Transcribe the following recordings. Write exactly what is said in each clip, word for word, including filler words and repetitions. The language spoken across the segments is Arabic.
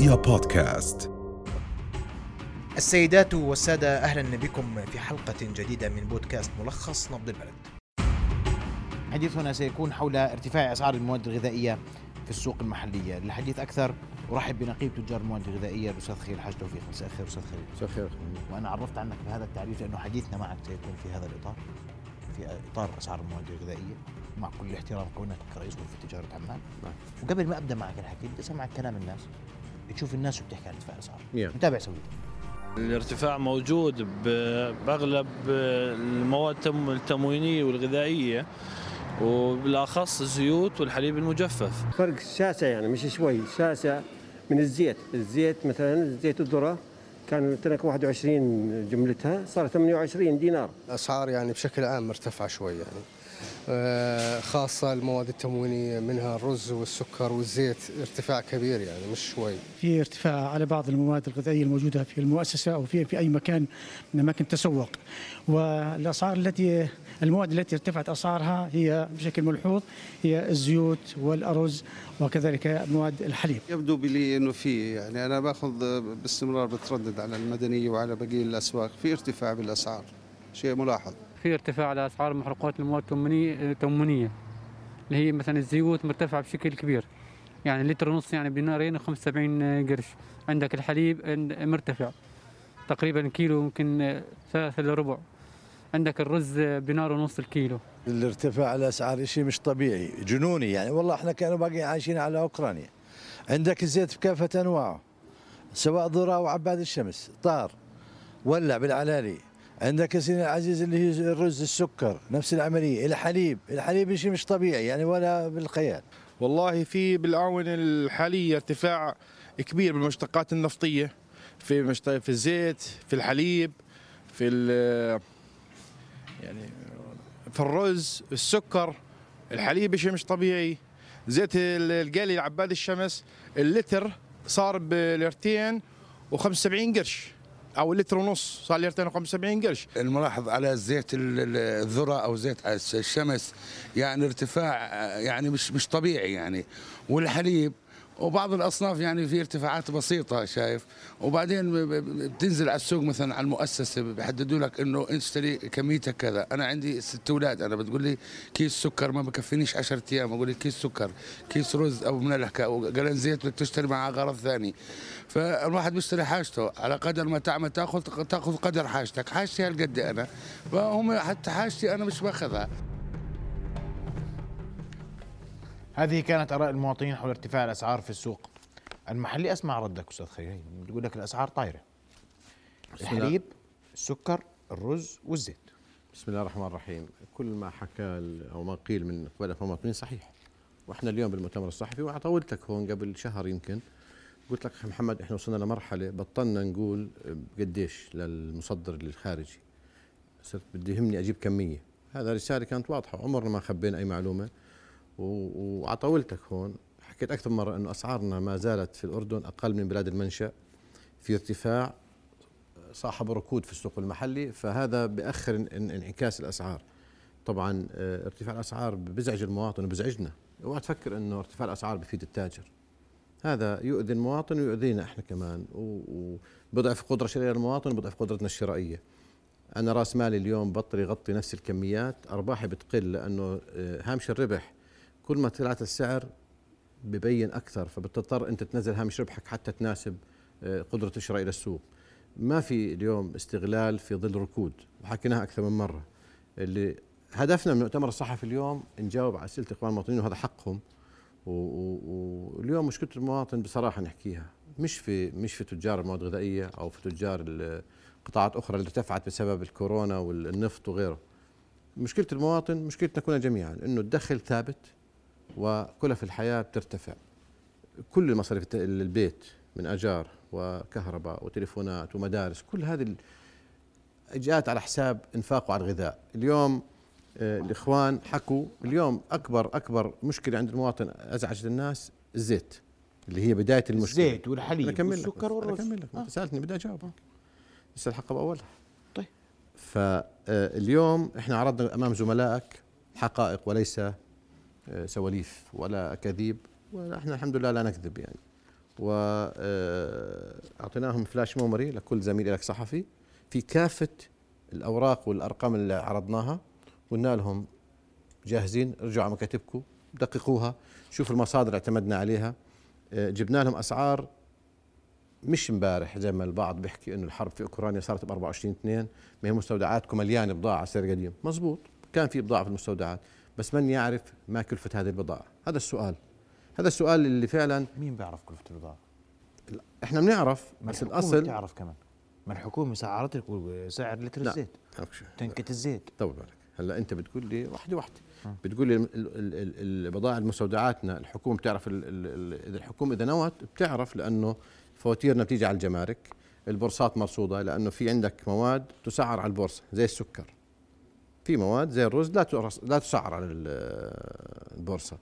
رؤيا بودكاست. السيدات والسادة، أهلا بكم في حلقة جديدة من بودكاست ملخص نبض البلد. حديثنا سيكون حول ارتفاع أسعار المواد الغذائية في السوق المحلية. للحديث أكثر أرحب بنقيب تجار المواد الغذائية الأستاذ خليل حاج توفيق. مساء الخير أستاذ خليل. مساء الخير. وأنا عرفت عنك بهذا التعريف لأنه حديثنا معك سيكون في هذا الإطار، في إطار أسعار المواد الغذائية، مع كل احترام كونك كرئيس غرفة تجارة عمان. نعم. وقبل ما أبدأ معك الحكي بدي أسمع كلام الناس، تشوف الناس وبتحكي عن ارتفاع الأسعار. yeah. متابع سوي. الارتفاع موجود بأغلب المواد التموينية والغذائية، وبالأخص الزيوت والحليب المجفف. فرق شاسع يعني مش شوي، شاسع من الزيت. الزيت مثلا زيت الذرة كان تنك واحد وعشرين جملتها، صار ثمانية وعشرين دينار. أسعار يعني بشكل عام مرتفعة شوي يعني، خاصة المواد التموينية منها الرز والسكر والزيت، ارتفاع كبير يعني مش شوي. في ارتفاع على بعض المواد الغذائية الموجودة في المؤسسة أو في في أي مكان من أماكن التسوق، والأسعار التي المواد التي ارتفعت أسعارها هي بشكل ملحوظ هي الزيوت والأرز وكذلك مواد الحليب. يبدو لي إنه في يعني أنا باخذ باستمرار بتردد على المدنية وعلى باقي الأسواق في ارتفاع بالأسعار، شيء ملاحظ. في ارتفاع على أسعار محروقات المواد التموينية اللي هي مثلا الزيوت مرتفعة بشكل كبير، يعني لتر ونص يعني بدينارين وخمسة وسبعين قرش. عندك الحليب مرتفع تقريبا كيلو يمكن ثلاثة إلا ربع. عندك الرز بدينار ونص الكيلو. الارتفاع على الأسعار شيء مش طبيعي، جنوني يعني. والله احنا كانوا باقي عايشين على أوكرانيا. عندك الزيت بكافة أنواعه، سواء ذرة أو عباد الشمس، طار ولع بالعلالي. عندك يا سيدي العزيز اللي هي الرز، السكر، نفس العملية. الحليب الحليب شيء مش طبيعي يعني ولا بالخيال. والله في بالآونة الحالية ارتفاع كبير بالمشتقات النفطية، في مشت... في الزيت، في الحليب، في ال... يعني في الرز، السكر، الحليب شيء مش طبيعي. زيت القلي عباد الشمس اللتر صار بليرتين وخمسة وسبعين قرش، أو لتر ونص صار ليرتين وخمسة وسبعين قرش. الملاحظ على زيت الذرة أو زيت الشمس يعني ارتفاع يعني مش مش طبيعي يعني. والحليب وبعض الأصناف يعني في ارتفاعات بسيطة شايف. وبعدين بتنزل على السوق مثلا على المؤسسة بيحددوا لك إنه اشتري كميتك كذا. أنا عندي ست أولاد، أنا بتقول لي كيس سكر ما بكفينيش عشرة أيام، أقول لي كيس سكر، كيس رز أو ملح وقلن زيت بدك تشتري معه غرض ثاني. فالواحد بيشتري حاجته على قدر ما تعمل، تاخذ تاخذ قدر حاجتك. حاجتي هالقد أنا، فهم حتى حاجتي أنا مش باخذها. هذه كانت آراء المواطنين حول ارتفاع الأسعار في السوق المحلي. أسمع ردك أستاذ خيري، بتقول لك الأسعار طايرة، الحليب، السكر، الرز والزيت. بسم الله الرحمن الرحيم. كل ما حكى أو ما قيل من قبل المواطنين صحيح. وإحنا اليوم بالمؤتمر الصحفي وطولتك هون قبل شهر يمكن قلت لك أخي محمد إحنا وصلنا لمرحلة بطلنا نقول قديش للمصدر الخارجي، صرت بدي يهمني أجيب كمية. هذا رسالة كانت واضحة، عمرنا ما خبينا أي معلومة. وعطولتك هون حكيت أكثر مرة أنه أسعارنا ما زالت في الأردن أقل من بلاد المنشأ، في ارتفاع صاحب ركود في السوق المحلي، فهذا بأخر انعكاس الأسعار. طبعا ارتفاع الأسعار بزعج المواطن وبزعجنا. اوعى تفكر أنه ارتفاع الأسعار بفيد التاجر، هذا يؤذي المواطن ويؤذينا إحنا كمان، وبضعف قدرة شرائية المواطن وبضعف قدرتنا الشرائية. أنا رأس مالي اليوم بطل يغطي نفس الكميات، أرباحي بتقل لأنه هامش الربح كل ما طلعت السعر ببين أكثر، فبتضطر أنت تنزل هامش ربحك حتى تناسب قدرة الشراء إلى السوق. ما في اليوم استغلال في ظل ركود، وحكيناها أكثر من مرة. اللي هدفنا من المؤتمر الصحفي اليوم نجاوب على أسئلة إخوان المواطنين وهذا حقهم. واليوم مشكلة المواطن بصراحة نحكيها مش في مش في تجار المواد الغذائية أو في تجار قطاعات أخرى اللي ارتفعت بسبب الكورونا والنفط وغيره. مشكلة المواطن مشكلتنا كلنا جميعا، إنه الدخل ثابت وكلف الحياة بترتفع. كل مصاريف البيت من أجار وكهرباء وتليفونات ومدارس، كل هذه جاءت على حساب إنفاقه على الغذاء. اليوم آه الإخوان حكوا اليوم أكبر أكبر مشكلة عند المواطن أزعجت الناس الزيت، اللي هي بداية المشكلة. الزيت والحليب والسكر والرز. أكمل لك، أنت سألتني بدي أجاوبك، لسه الحلقة بأولها. طيب، فاليوم إحنا عرضنا أمام زملائك حقائق وليس سواليف ولا أكاذيب، ونحن الحمد لله لا نكذب يعني. وأعطيناهم فلاش ميموري لكل زميل لك صحفي في كافة الأوراق والأرقام اللي عرضناها، قلنا لهم جاهزين، رجعوا على مكاتبكم دققوها، شوفوا المصادر اللي اعتمدنا عليها. جبنا لهم أسعار مش امبارح زي ما البعض بيحكي انه الحرب في اوكرانيا صارت ب أربعة وعشرين اثنين، ما هي مستودعاتكم مليانه بضاعه سعر قديم، مزبوط كان في بضاعه في المستودعات، بس من يعرف ما كلفه هذه البضاعه؟ هذا السؤال، هذا السؤال اللي فعلا مين بيعرف كلفه البضاعه؟ احنا بنعرف بس الاصل بتعرف كمان، ما الحكومه سعرت لك سعر لتر الزيت، تنكه الزيت. طول بالك، هلا انت بتقول لي واحده واحده، بتقول لي البضائع المستودعاتنا الحكومه بتعرف، اذا الحكومه اذا نوت بتعرف، لانه فواتيرنا بتيجي على الجمارك، البورصات مرصوده، لانه في عندك مواد تسعر على البورصه زي السكر، في مواد زي الرز لا لا تسعر على البورصه.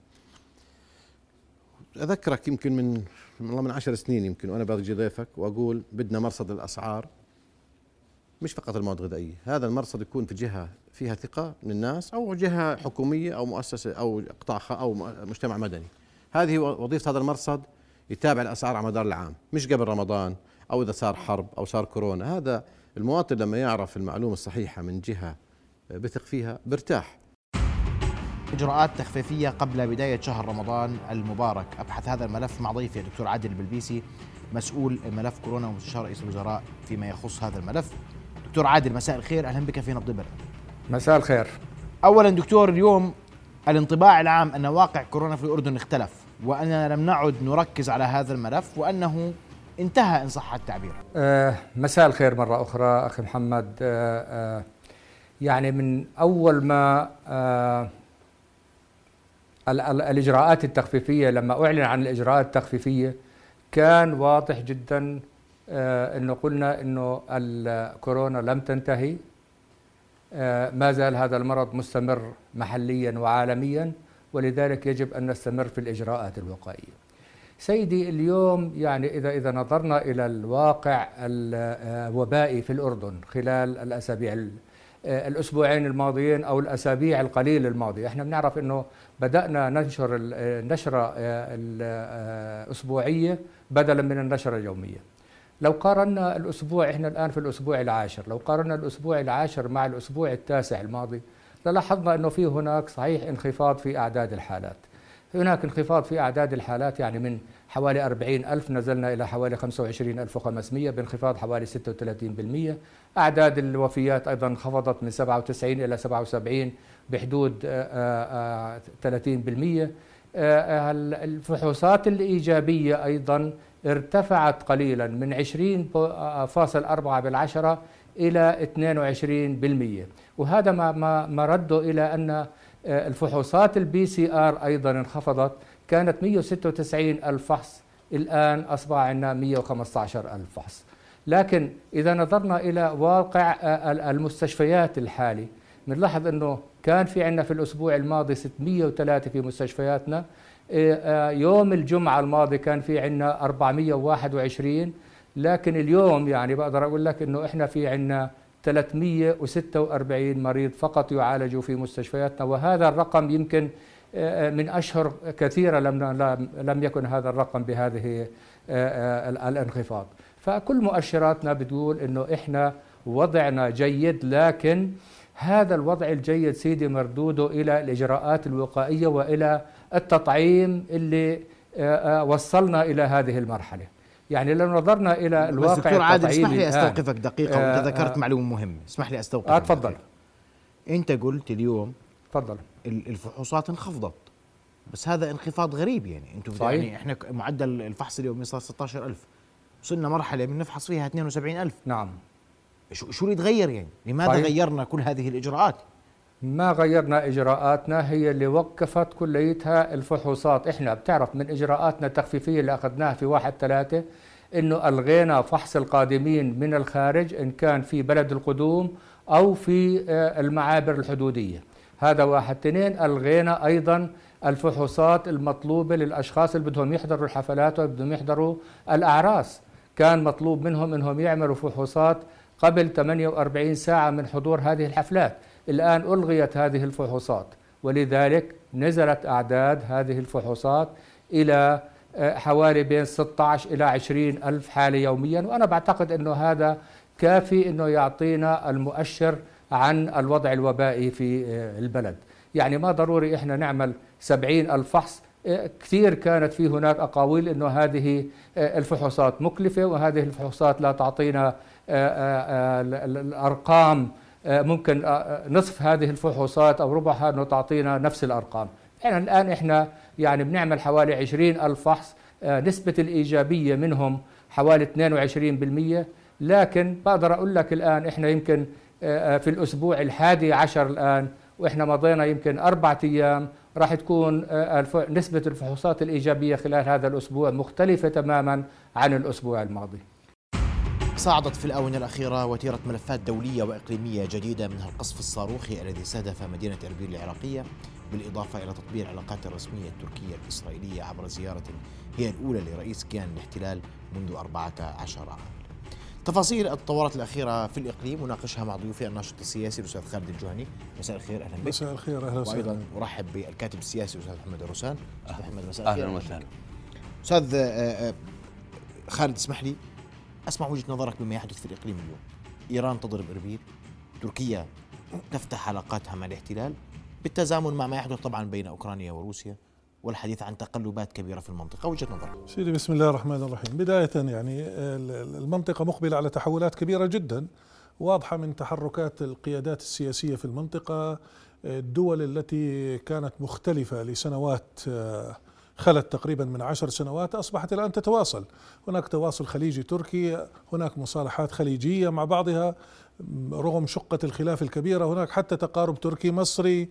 اذكرك يمكن من والله من عشر سنين يمكن وانا باجي ضيفك واقول بدنا مرصد الاسعار، مش فقط المواد الغذائيه، هذا المرصد يكون في جهه فيها ثقه من الناس او جهه حكوميه او مؤسسه او قطاع او مجتمع مدني. هذه وظيفه هذا المرصد، يتابع الاسعار على مدار العام، مش قبل رمضان او اذا صار حرب او صار كورونا. هذا المواطن لما يعرف المعلومه الصحيحه من جهه بثق فيها برتاح. اجراءات تخفيفيه قبل بدايه شهر رمضان المبارك، ابحث هذا الملف مع ضيفي الدكتور عادل البلبيسي، مسؤول ملف كورونا ومستشار رئيس الوزراء فيما يخص هذا الملف. دكتور عادل مساء الخير، اهلا بك في نبض البلد. مساء الخير. اولا دكتور، اليوم الانطباع العام ان واقع كورونا في الاردن اختلف، واننا لم نعد نركز على هذا الملف، وانه انتهى ان صح التعبير. آه مساء الخير مره اخرى اخي محمد. آه آه يعني من اول ما آه ال ال الاجراءات التخفيفيه، لما اعلن عن الاجراءات التخفيفيه كان واضح جدا آه انه قلنا انه الكورونا لم تنتهي، آه ما زال هذا المرض مستمر محليا وعالميا، ولذلك يجب ان نستمر في الاجراءات الوقائيه. سيدي اليوم يعني اذا اذا نظرنا الى الواقع الوبائي في الاردن خلال الاسابيع الاسبوعين الماضيين او الاسابيع القليله الماضيه، احنا بنعرف انه بدانا ننشر النشره الاسبوعيه بدلا من النشره اليوميه. لو قارنا الاسبوع، احنا الان في الاسبوع العاشر، لو قارنا الاسبوع العاشر مع الاسبوع التاسع الماضي للاحظنا انه في هناك صحيح انخفاض في اعداد الحالات. هناك انخفاض في أعداد الحالات، يعني من حوالي أربعين ألف نزلنا إلى حوالي خمسة وعشرين ألف وخمسمئة بانخفاض حوالي ستة وثلاثين بالمئة. أعداد الوفيات أيضا انخفضت من سبعة وتسعين إلى سبعة وسبعين بحدود ثلاثين بالمئة. الفحوصات الإيجابية أيضا ارتفعت قليلا من عشرين فاصلة أربعة بالعشرة إلى اثنين وعشرين بالمئة، وهذا ما ما رده إلى أن الفحوصات البي سي ار ايضا انخفضت، كانت مئة وستة وتسعين ألف فحص، الان اصبح عندنا مئة وخمسة عشر ألف فحص. لكن اذا نظرنا الى واقع المستشفيات الحالي بنلاحظ انه كان في عندنا في الاسبوع الماضي ستمئة وثلاثة في مستشفياتنا، يوم الجمعه الماضي كان في عندنا أربعمئة وواحد وعشرين، لكن اليوم يعني بقدر اقول لك انه احنا في عندنا ثلاثمئة وستة وأربعين مريض فقط يعالجوا في مستشفياتنا، وهذا الرقم يمكن من أشهر كثيرة لم لم يكن هذا الرقم بهذه الانخفاض. فكل مؤشراتنا بتقول إنه إحنا وضعنا جيد، لكن هذا الوضع الجيد سيدي مردوده إلى الإجراءات الوقائية وإلى التطعيم اللي وصلنا إلى هذه المرحلة. يعني لو نظرنا الى الواقع بس دكتور عادل اسمح لي استوقفك دقيقه، آه وانت ذكرت آه معلومه مهمه، اسمح لي استوقفك. آه تفضل. انت قلت اليوم تفضل الفحوصات انخفضت، بس هذا انخفاض غريب، يعني انتم يعني احنا معدل الفحص اليومي صار ستة عشر ألف، وصلنا مرحله بنفحص فيها اثنين وسبعين ألف. نعم. شو شو اللي تغير يعني؟ لماذا صحيح. غيرنا كل هذه الاجراءات؟ ما غيرنا اجراءاتنا، هي اللي وقفت كليتها الفحوصات. احنا بتعرف من اجراءاتنا التخفيفيه اللي اخذناها في واحد ثلاثة انه الغينا فحص القادمين من الخارج ان كان في بلد القدوم او في المعابر الحدوديه، هذا واحد. اثنين، الغينا ايضا الفحوصات المطلوبه للاشخاص اللي بدهم يحضروا الحفلات وبدهم يحضروا الاعراس، كان مطلوب منهم انهم يعملوا فحوصات قبل ثمانية وأربعين ساعه من حضور هذه الحفلات. الآن ألغيت هذه الفحوصات، ولذلك نزلت أعداد هذه الفحوصات إلى حوالي بين ستة عشر إلى عشرين ألف حالة يوميا، وأنا بعتقد أنه هذا كافي أنه يعطينا المؤشر عن الوضع الوبائي في البلد. يعني ما ضروري إحنا نعمل سبعين ألف فحص. كثير كانت في هناك أقاويل أنه هذه الفحوصات مكلفة وهذه الفحوصات لا تعطينا الأرقام، ممكن نصف هذه الفحوصات أو ربعها أنه تعطينا نفس الأرقام. يعني الآن إحنا يعني بنعمل حوالي عشرين ألف فحص، نسبة الإيجابية منهم حوالي اثنين وعشرين بالمئة، لكن بقدر أقول لك الآن إحنا يمكن في الأسبوع الحادي عشر الآن، وإحنا مضينا يمكن أربعة أيام، راح تكون نسبة الفحوصات الإيجابية خلال هذا الأسبوع مختلفة تماما عن الأسبوع الماضي. صعدت في الآونة الأخيرة وتيرة ملفات دولية وإقليمية جديدة، منها القصف الصاروخي الذي استهدف مدينة إربيل العراقية، بالإضافة إلى تطبيق العلاقات الرسمية التركية الإسرائيلية عبر زيارة هي الأولى لرئيس كيان الاحتلال منذ أربعة عشر عام. تفاصيل التطورات الأخيرة في الإقليم وناقشها مع ضيوفي الناشط السياسي الأستاذ خالد الجهني. مساء الخير، أهلا بك. مساء الخير، أهلا وسهلا. وأيضا أرحب بالكاتب السياسي الأستاذ محمد الروسان. أستاذ محمد مساء الخير. أهلا وسهلا. أستاذ خالد، اسمح لي أسمع وجهة نظرك بما يحدث في الإقليم اليوم. إيران تضرب إربيل، تركيا تفتح علاقاتها مع الاحتلال بالتزامن مع ما يحدث طبعا بين أوكرانيا وروسيا، والحديث عن تقلبات كبيرة في المنطقة. وجهة نظرك. سيدي، بسم الله الرحمن الرحيم. بداية يعني المنطقة مقبلة على تحولات كبيرة جدا واضحة من تحركات القيادات السياسية في المنطقة. الدول التي كانت مختلفة لسنوات خلت تقريبا من عشر سنوات أصبحت الآن تتواصل. هناك تواصل خليجي تركي، هناك مصالحات خليجية مع بعضها رغم شقة الخلاف الكبيرة، هناك حتى تقارب تركي مصري.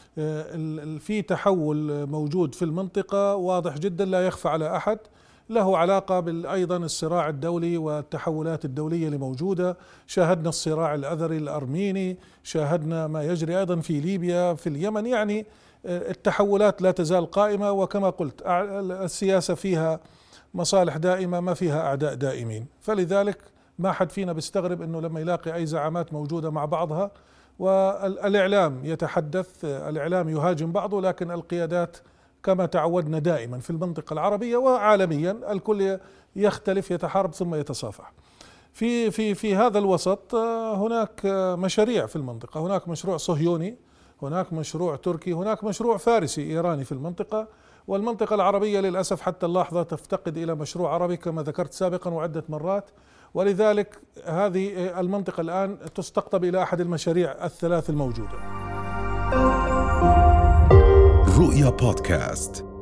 في تحول موجود في المنطقة واضح جدا لا يخفى على أحد، له علاقة أيضا الصراع الدولي والتحولات الدولية اللي موجودة. شاهدنا الصراع الأذري الأرميني، شاهدنا ما يجري أيضا في ليبيا، في اليمن. يعني التحولات لا تزال قائمة، وكما قلت السياسة فيها مصالح دائمة ما فيها أعداء دائمين. فلذلك ما حد فينا بيستغرب أنه لما يلاقي أي زعامات موجودة مع بعضها، والإعلام يتحدث، الإعلام يهاجم بعضه، لكن القيادات كما تعودنا دائما في المنطقة العربية وعالميا الكل يختلف، يتحارب ثم يتصافح. في في في هذا الوسط هناك مشاريع في المنطقة، هناك مشروع صهيوني، هناك مشروع تركي، هناك مشروع فارسي إيراني في المنطقة. والمنطقة العربية للأسف حتى اللحظة تفتقد إلى مشروع عربي كما ذكرت سابقا وعدة مرات، ولذلك هذه المنطقة الآن تستقطب إلى أحد المشاريع الثلاث الموجودة. رؤيا بودكاست.